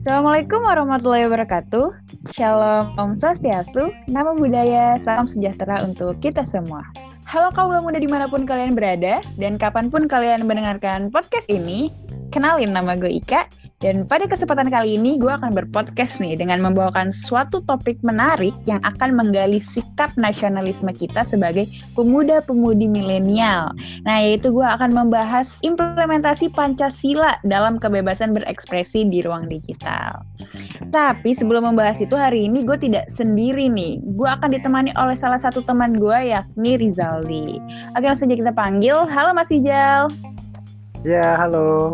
Assalamualaikum warahmatullahi wabarakatuh. Shalom, Om Swastiastu, Namo Buddhaya, salam sejahtera untuk kita semua. Halo kaula muda dimanapun kalian berada, dan kapanpun kalian mendengarkan podcast ini, kenalin nama gue Ika, dan pada kesempatan kali ini gue akan berpodcast nih dengan membawakan suatu topik menarik yang akan menggali sikap nasionalisme kita sebagai pemuda-pemudi milenial. Nah, yaitu gue akan membahas implementasi Pancasila dalam kebebasan berekspresi di ruang digital. Tapi sebelum membahas itu, hari ini gue tidak sendiri nih. Gue akan ditemani oleh salah satu teman gue, yakni Rizaldi. Oke, langsung aja kita panggil. Halo Mas Ijal. Ya, halo.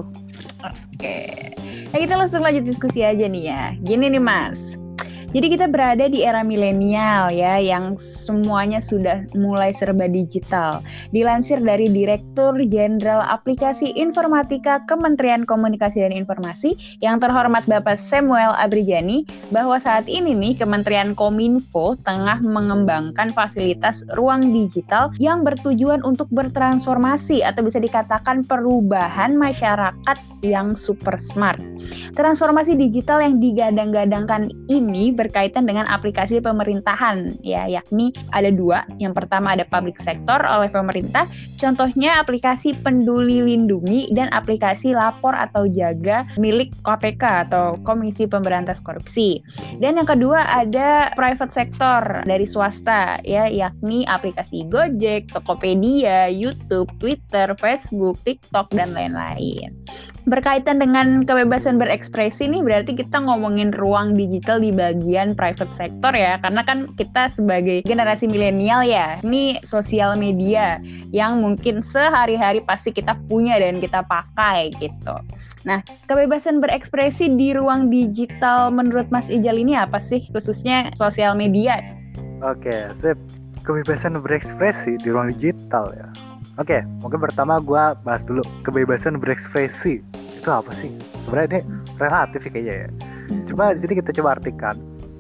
Oke. Nah, kita langsung lanjut diskusi aja nih ya. Gini nih Mas. Jadi kita berada di era milenial ya, yang semuanya sudah mulai serba digital. Dilansir dari Direktur Jenderal Aplikasi Informatika Kementerian Komunikasi dan Informasi yang terhormat Bapak Samuel Abrijani, bahwa saat ini nih Kementerian Kominfo tengah mengembangkan fasilitas ruang digital yang bertujuan untuk bertransformasi atau bisa dikatakan perubahan masyarakat yang super smart. Transformasi digital yang digadang-gadangkan ini berkaitan dengan aplikasi pemerintahan ya, yakni ada dua. Yang pertama ada public sector oleh pemerintah, contohnya aplikasi Peduli Lindungi dan aplikasi Lapor atau Jaga milik KPK atau Komisi Pemberantas Korupsi. Dan yang kedua ada private sector dari swasta ya, yakni aplikasi Gojek, Tokopedia, YouTube, Twitter, Facebook, TikTok dan lain-lain. Berkaitan dengan kebebasan berekspresi nih, berarti kita ngomongin ruang digital di bagian private sector ya, karena kan kita sebagai generasi milenial ya, ini sosial media yang mungkin sehari-hari pasti kita punya dan kita pakai gitu. Nah, kebebasan berekspresi di ruang digital menurut Mas Ijal ini apa sih, khususnya sosial media? Oke, sip. Kebebasan berekspresi di ruang digital ya. Oke, mungkin pertama gue bahas dulu kebebasan berekspresi itu apa sih? Sebenarnya ini relatif kayaknya ya. Cuma di sini kita coba artikan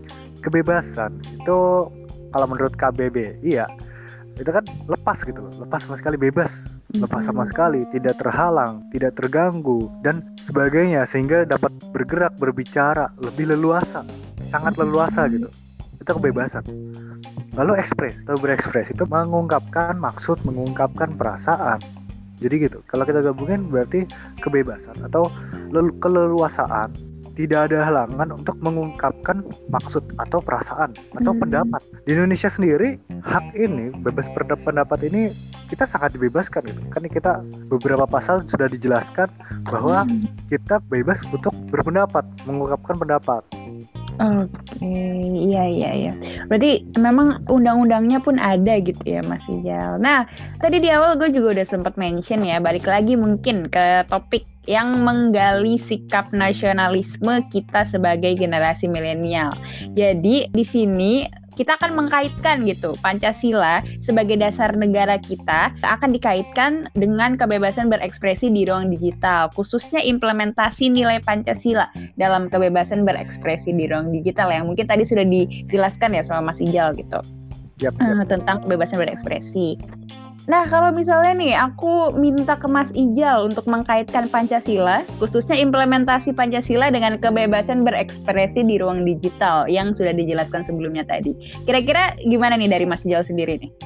kebebasan itu kalau menurut KBBI ya, itu kan lepas gitu loh, lepas sama sekali, bebas, lepas sama sekali, tidak terhalang, tidak terganggu dan sebagainya, sehingga dapat bergerak, berbicara lebih leluasa, sangat leluasa gitu. Itu kebebasan. Lalu ekspres atau berekspresi itu mengungkapkan maksud, mengungkapkan perasaan. Jadi gitu. Kalau kita gabungin berarti kebebasan atau keleluasaan, tidak ada halangan untuk mengungkapkan maksud atau perasaan atau pendapat. Di Indonesia sendiri hak ini, bebas pendapat ini kita sangat dibebaskan gitu. Kan kita beberapa pasal sudah dijelaskan bahwa kita bebas untuk berpendapat, mengungkapkan pendapat. Oke, iya. Berarti memang undang-undangnya pun ada gitu ya Mas Ijal. Nah, tadi di awal gue juga udah sempat mention ya, balik lagi mungkin ke topik yang menggali sikap nasionalisme kita sebagai generasi milenial. Jadi di sini kita akan mengkaitkan gitu Pancasila sebagai dasar negara kita akan dikaitkan dengan kebebasan berekspresi di ruang digital, khususnya implementasi nilai Pancasila dalam kebebasan berekspresi di ruang digital yang mungkin tadi sudah dijelaskan ya sama Mas Ijal gitu. Yep. Tentang kebebasan berekspresi. Nah, kalau misalnya nih aku minta ke Mas Ijal untuk mengkaitkan Pancasila, khususnya implementasi Pancasila dengan kebebasan berekspresi di ruang digital yang sudah dijelaskan sebelumnya tadi. Kira-kira gimana nih dari Mas Ijal sendiri nih?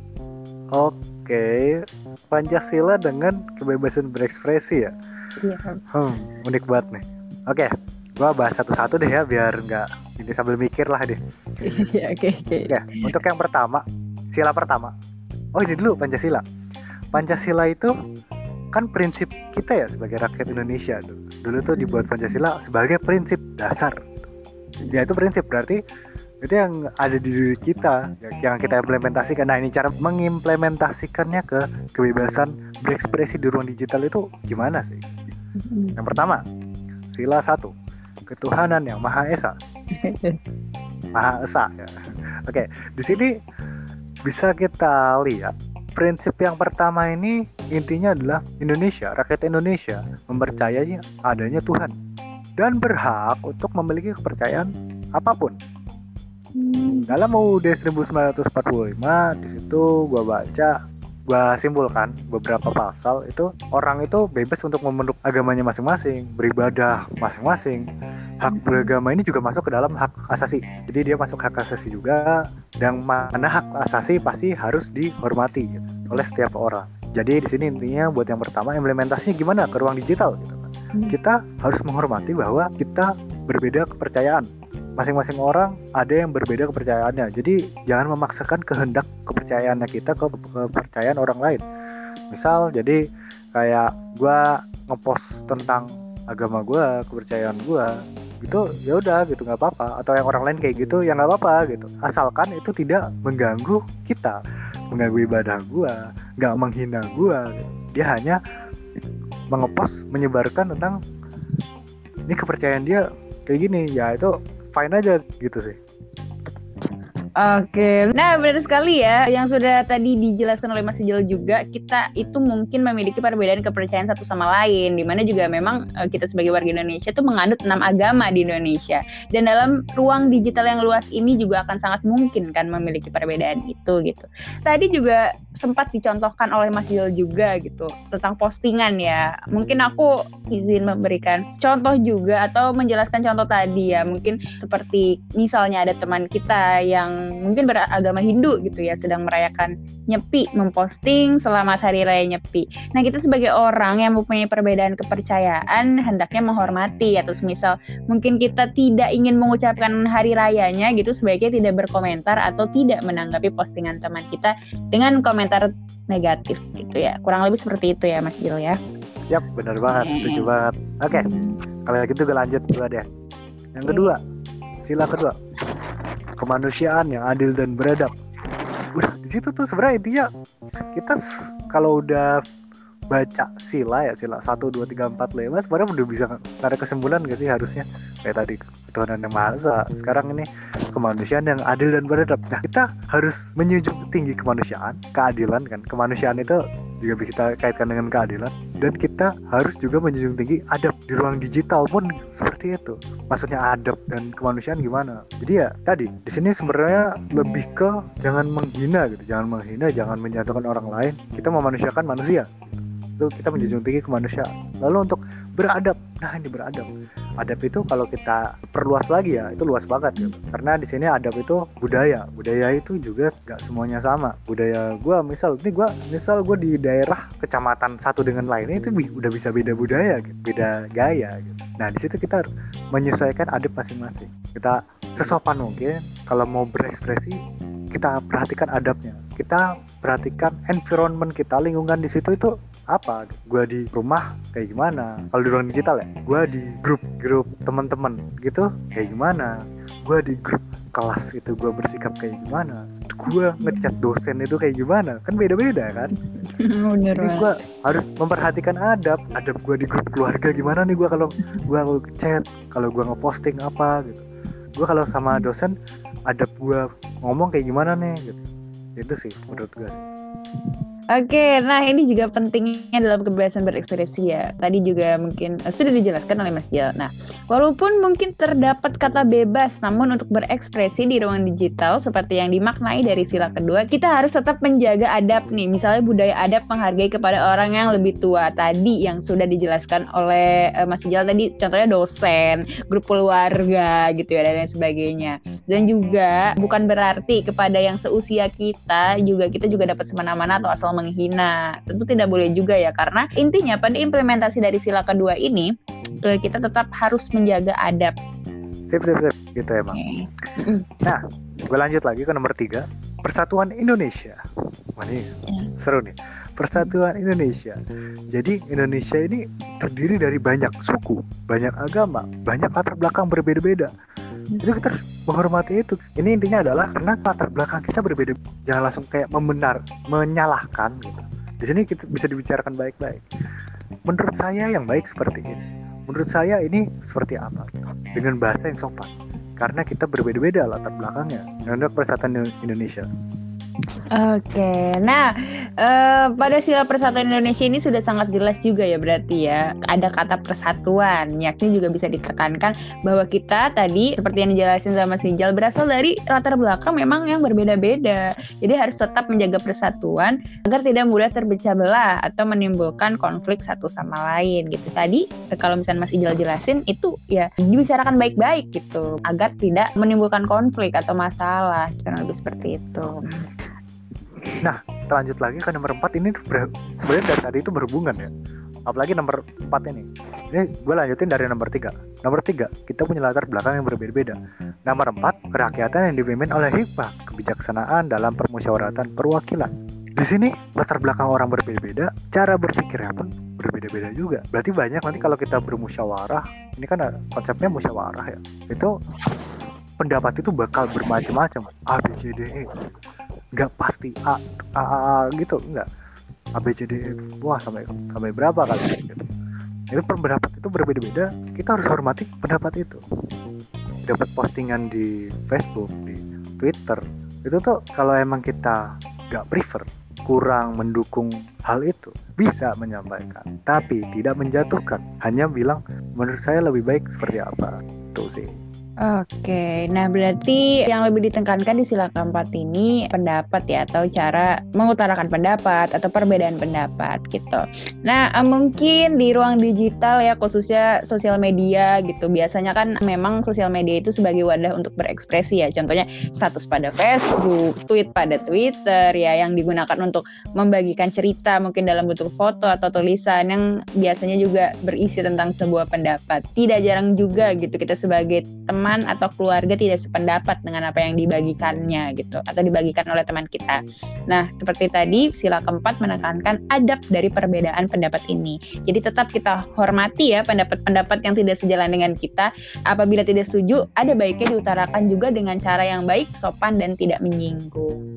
Oke, Pancasila dengan kebebasan berekspresi ya? Iya. Unik banget nih. Oke, gua bahas satu-satu deh ya, biar nggak ini sambil mikir lah deh. Oke. Ya, untuk yang pertama, sila pertama. Oh, ini dulu Pancasila. Pancasila itu kan prinsip kita ya sebagai rakyat Indonesia. Dulu tuh dibuat Pancasila sebagai prinsip dasar. Ya itu prinsip, berarti itu yang ada di diri kita, yang kita implementasikan. Nah, ini cara mengimplementasikannya ke kebebasan berekspresi di ruang digital itu gimana sih? Yang pertama, sila 1, ketuhanan yang Maha Esa. Maha Esa ya. Oke, di sini bisa kita lihat prinsip yang pertama ini intinya adalah Indonesia, rakyat Indonesia mempercayai adanya Tuhan dan berhak untuk memiliki kepercayaan apapun. Dalam UUD 1945 di situ gua simpulkan beberapa pasal itu orang itu bebas untuk memeluk agamanya masing-masing, beribadah masing-masing, hak beragama ini juga masuk ke dalam hak asasi. Jadi dia masuk hak asasi juga, dan mana hak asasi pasti harus dihormati gitu, oleh setiap orang. Jadi di sini intinya buat yang pertama, implementasinya gimana ke ruang digital gitu kan. Kita harus menghormati bahwa kita berbeda kepercayaan. Masing-masing orang ada yang berbeda kepercayaannya. Jadi jangan memaksakan kehendak kepercayaannya kita ke kepercayaan orang lain. Misal jadi kayak gue ngepost tentang agama gue, kepercayaan gue, gitu ya udah gitu, nggak apa-apa. Atau yang orang lain kayak gitu ya nggak apa-apa gitu, asalkan itu tidak mengganggu kita, mengganggu ibadah gue, nggak menghina gue gitu. Dia hanya mengepost, menyebarkan tentang ini kepercayaan dia kayak gini, ya itu fine aja gitu sih. Oke, nah benar sekali ya yang sudah tadi dijelaskan oleh Mas Ijal juga, kita itu mungkin memiliki perbedaan kepercayaan satu sama lain, dimana juga memang kita sebagai warga Indonesia itu menganut 6 agama di Indonesia, dan dalam ruang digital yang luas ini juga akan sangat mungkin kan memiliki perbedaan itu gitu. Tadi juga sempat dicontohkan oleh Mas Ijal juga gitu tentang postingan ya, mungkin aku izin memberikan contoh juga atau menjelaskan contoh tadi ya, mungkin seperti misalnya ada teman kita yang mungkin beragama Hindu gitu ya, sedang merayakan Nyepi, memposting selamat hari raya Nyepi. Nah kita sebagai orang yang mempunyai perbedaan kepercayaan hendaknya menghormati, atau misal mungkin kita tidak ingin mengucapkan hari rayanya gitu, sebaiknya tidak berkomentar atau tidak menanggapi postingan teman kita dengan komentar negatif gitu ya. Kurang lebih seperti itu ya Mas Jil ya. Yap, benar banget, setuju banget. Oke, kalau gitu gue lanjut dulu deh. Yang kedua, sila kedua, kemanusiaan yang adil dan beradab. Udah di situ tuh sebenarnya intinya kita kalau udah baca sila ya, sila 1, 2, 3, 4, 5 sebenarnya udah bisa ada kesimpulan gak sih harusnya, kayak tadi ketuhanan yang maha esa, sekarang ini kemanusiaan yang adil dan beradab. Nah kita harus menjunjung tinggi kemanusiaan, keadilan kan, kemanusiaan itu juga bisa kita kaitkan dengan keadilan, dan kita harus juga menjunjung tinggi adab. Di ruang digital pun seperti itu, maksudnya adab dan kemanusiaan gimana. Jadi ya tadi di sini sebenarnya lebih ke jangan menghina gitu, jangan menjatuhkan orang lain, kita memanusiakan manusia. Itu kita menjunjung tinggi kemanusiaan. Lalu untuk beradab, nah ini beradab. Adab itu kalau kita perluas lagi ya, itu luas banget gitu. Karena di sini adab itu budaya. Budaya itu juga gak semuanya sama. Budaya gue misal gue di daerah kecamatan satu dengan lainnya itu udah bisa beda budaya gitu, beda gaya gitu. Nah di situ kita menyesuaikan adab masing-masing. Kita sesopan mungkin kalau mau berekspresi, kita perhatikan adabnya, kita perhatikan environment kita, lingkungan di situ itu apa. Gue di rumah kayak gimana, kalau di ruang digital ya gue di grup teman-teman gitu kayak gimana, gue di grup kelas itu gue bersikap kayak gimana, gue ngechat dosen itu kayak gimana, kan beda-beda kan. Jadi gue harus memperhatikan adab gue di grup keluarga gimana nih, gue kalau gue ngechat, kalau gue ngeposting apa gitu, gue kalau sama dosen adab gue ngomong kayak gimana nih gitu. Itu sih menurut gue. Oke, nah ini juga pentingnya dalam kebebasan berekspresi ya. Tadi juga mungkin sudah dijelaskan oleh Mas Jal. Nah, walaupun mungkin terdapat kata bebas, namun untuk berekspresi di ruang digital seperti yang dimaknai dari sila kedua, kita harus tetap menjaga adab nih. Misalnya budaya adab menghargai kepada orang yang lebih tua. Tadi yang sudah dijelaskan oleh Mas Jal tadi, contohnya dosen, grup keluarga gitu ya, dan lain sebagainya. Dan juga bukan berarti kepada yang seusia kita juga dapat semena-mena atau asal menghina. Tentu tidak boleh juga ya, karena intinya pada implementasi dari sila kedua ini kita tetap harus menjaga adab. Sip gitu emang. Nah, gue lanjut lagi ke nomor 3, Persatuan Indonesia. Wah ini seru nih, Persatuan Indonesia. Jadi Indonesia ini terdiri dari banyak suku, banyak agama, banyak latar belakang berbeda-beda. Itu kita harus menghormati itu. Ini intinya adalah karena latar belakang kita berbeda, jangan langsung kayak menyalahkan gitu. Di sini kita bisa dibicarakan baik-baik. Menurut saya yang baik seperti ini, menurut saya ini seperti apa gitu, dengan bahasa yang sopan. Karena kita berbeda-beda latar belakangnya. Untuk Persatuan Indonesia. Oke, nah Pada sila persatuan Indonesia ini sudah sangat jelas juga ya berarti ya. Ada kata persatuan, yakni juga bisa ditekankan bahwa kita tadi seperti yang dijelasin sama Sijal berasal dari latar belakang memang yang berbeda-beda. Jadi harus tetap menjaga persatuan agar tidak mudah terpecah belah atau menimbulkan konflik satu sama lain gitu. Tadi kalau misalnya Mas Ijal jelasin itu ya dibicarakan baik-baik gitu agar tidak menimbulkan konflik atau masalah. Kurang lebih seperti itu. Nah, kita lanjut lagi ke nomor 4 ini sebenarnya dari tadi itu berhubungan ya. Apalagi nomor 4 ini. Ini gue lanjutin dari nomor 3. Nomor 3, kita punya latar belakang yang berbeda-beda. Nomor 4, kerakyatan yang dipimpin oleh hikmah, kebijaksanaan dalam permusyawaratan perwakilan. Di sini latar belakang orang berbeda-beda, cara berpikirnya pun berbeda-beda juga. Berarti banyak nanti kalau kita bermusyawarah, ini kan konsepnya musyawarah ya. Itu pendapat itu bakal bermacam-macam. A, B, C, D, E. Nggak pasti A gitu, enggak. A, B, C, D, E. Wah, sampai berapa kali gitu. Itu pendapat itu berbeda-beda, kita harus hormati pendapat itu. Dapat postingan di Facebook, di Twitter, itu tuh kalau emang kita nggak prefer, kurang mendukung hal itu, bisa menyampaikan, tapi tidak menjatuhkan, hanya bilang menurut saya lebih baik seperti apa. Tuh sih. Oke, nah berarti yang lebih ditekankan di sila keempat ini pendapat ya, atau cara mengutarakan pendapat atau perbedaan pendapat gitu. Nah mungkin di ruang digital ya, khususnya sosial media gitu, biasanya kan memang sosial media itu sebagai wadah untuk berekspresi ya. Contohnya status pada Facebook, tweet pada Twitter ya, yang digunakan untuk membagikan cerita mungkin dalam bentuk foto atau tulisan yang biasanya juga berisi tentang sebuah pendapat. Tidak jarang juga gitu kita sebagai teman atau keluarga tidak sependapat dengan apa yang dibagikannya gitu, atau dibagikan oleh teman kita. Nah, seperti tadi sila keempat menekankan adab dari perbedaan pendapat ini. Jadi tetap kita hormati ya pendapat-pendapat yang tidak sejalan dengan kita. Apabila tidak setuju, ada baiknya diutarakan juga dengan cara yang baik, sopan dan tidak menyinggung.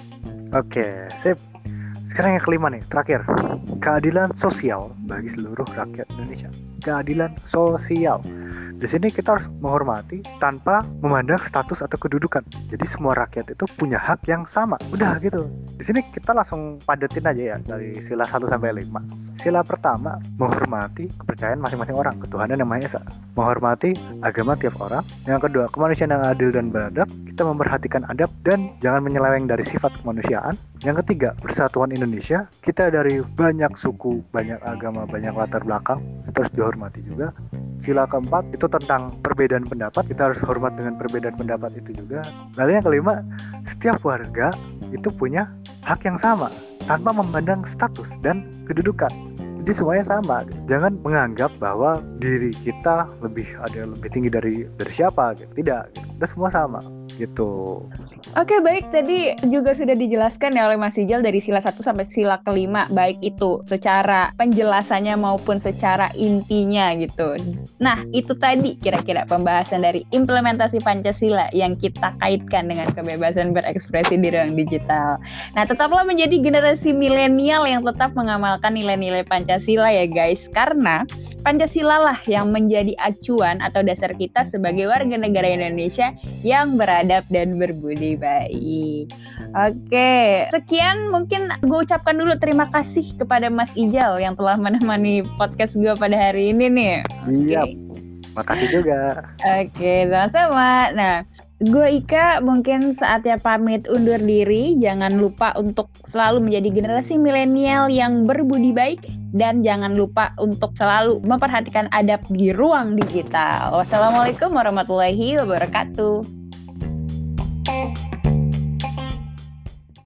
Oke, sip. Sekarang yang kelima nih, terakhir. Keadilan sosial bagi seluruh rakyat Indonesia. Keadilan sosial. Di sini kita harus menghormati tanpa memandang status atau kedudukan. Jadi semua rakyat itu punya hak yang sama. Udah gitu. Di sini kita langsung padetin aja ya dari sila 1 sampai 5. Sila pertama, menghormati kepercayaan masing-masing orang, ketuhanan yang Maha Esa. Menghormati agama tiap orang. Yang kedua, kemanusiaan yang adil dan beradab. Kita memperhatikan adab dan jangan menyeleweng dari sifat kemanusiaan. Yang ketiga, persatuan Indonesia. Kita dari banyak suku, banyak agama, banyak latar belakang. Itu harus dihormati juga. Sila keempat itu tentang perbedaan pendapat. Kita harus hormat dengan perbedaan pendapat itu juga. Lalu yang kelima, setiap warga itu punya hak yang sama tanpa memandang status dan kedudukan. Jadi semuanya sama. Jangan menganggap bahwa diri kita lebih tinggi dari siapa gitu. Tidak, gitu. Kita semua sama gitu. Oke, baik, tadi juga sudah dijelaskan ya oleh Mas Ijal dari sila 1 sampai sila kelima, baik itu secara penjelasannya maupun secara intinya gitu. Nah, itu tadi kira-kira pembahasan dari implementasi Pancasila yang kita kaitkan dengan kebebasan berekspresi di ruang digital. Nah, tetaplah menjadi generasi milenial yang tetap mengamalkan nilai-nilai Pancasila ya guys, karena Pancasila lah yang menjadi acuan atau dasar kita sebagai warga negara Indonesia yang beradab dan berbudi baik. Oke, sekian mungkin gue ucapkan dulu terima kasih kepada Mas Ijal yang telah menemani podcast gue pada hari ini nih. Iya, makasih juga. Oke, sama-sama. Nah, gue Ika mungkin saatnya pamit undur diri. Jangan lupa untuk selalu menjadi generasi milenial yang berbudi baik dan jangan lupa untuk selalu memperhatikan adab di ruang digital. Wassalamualaikum warahmatullahi wabarakatuh.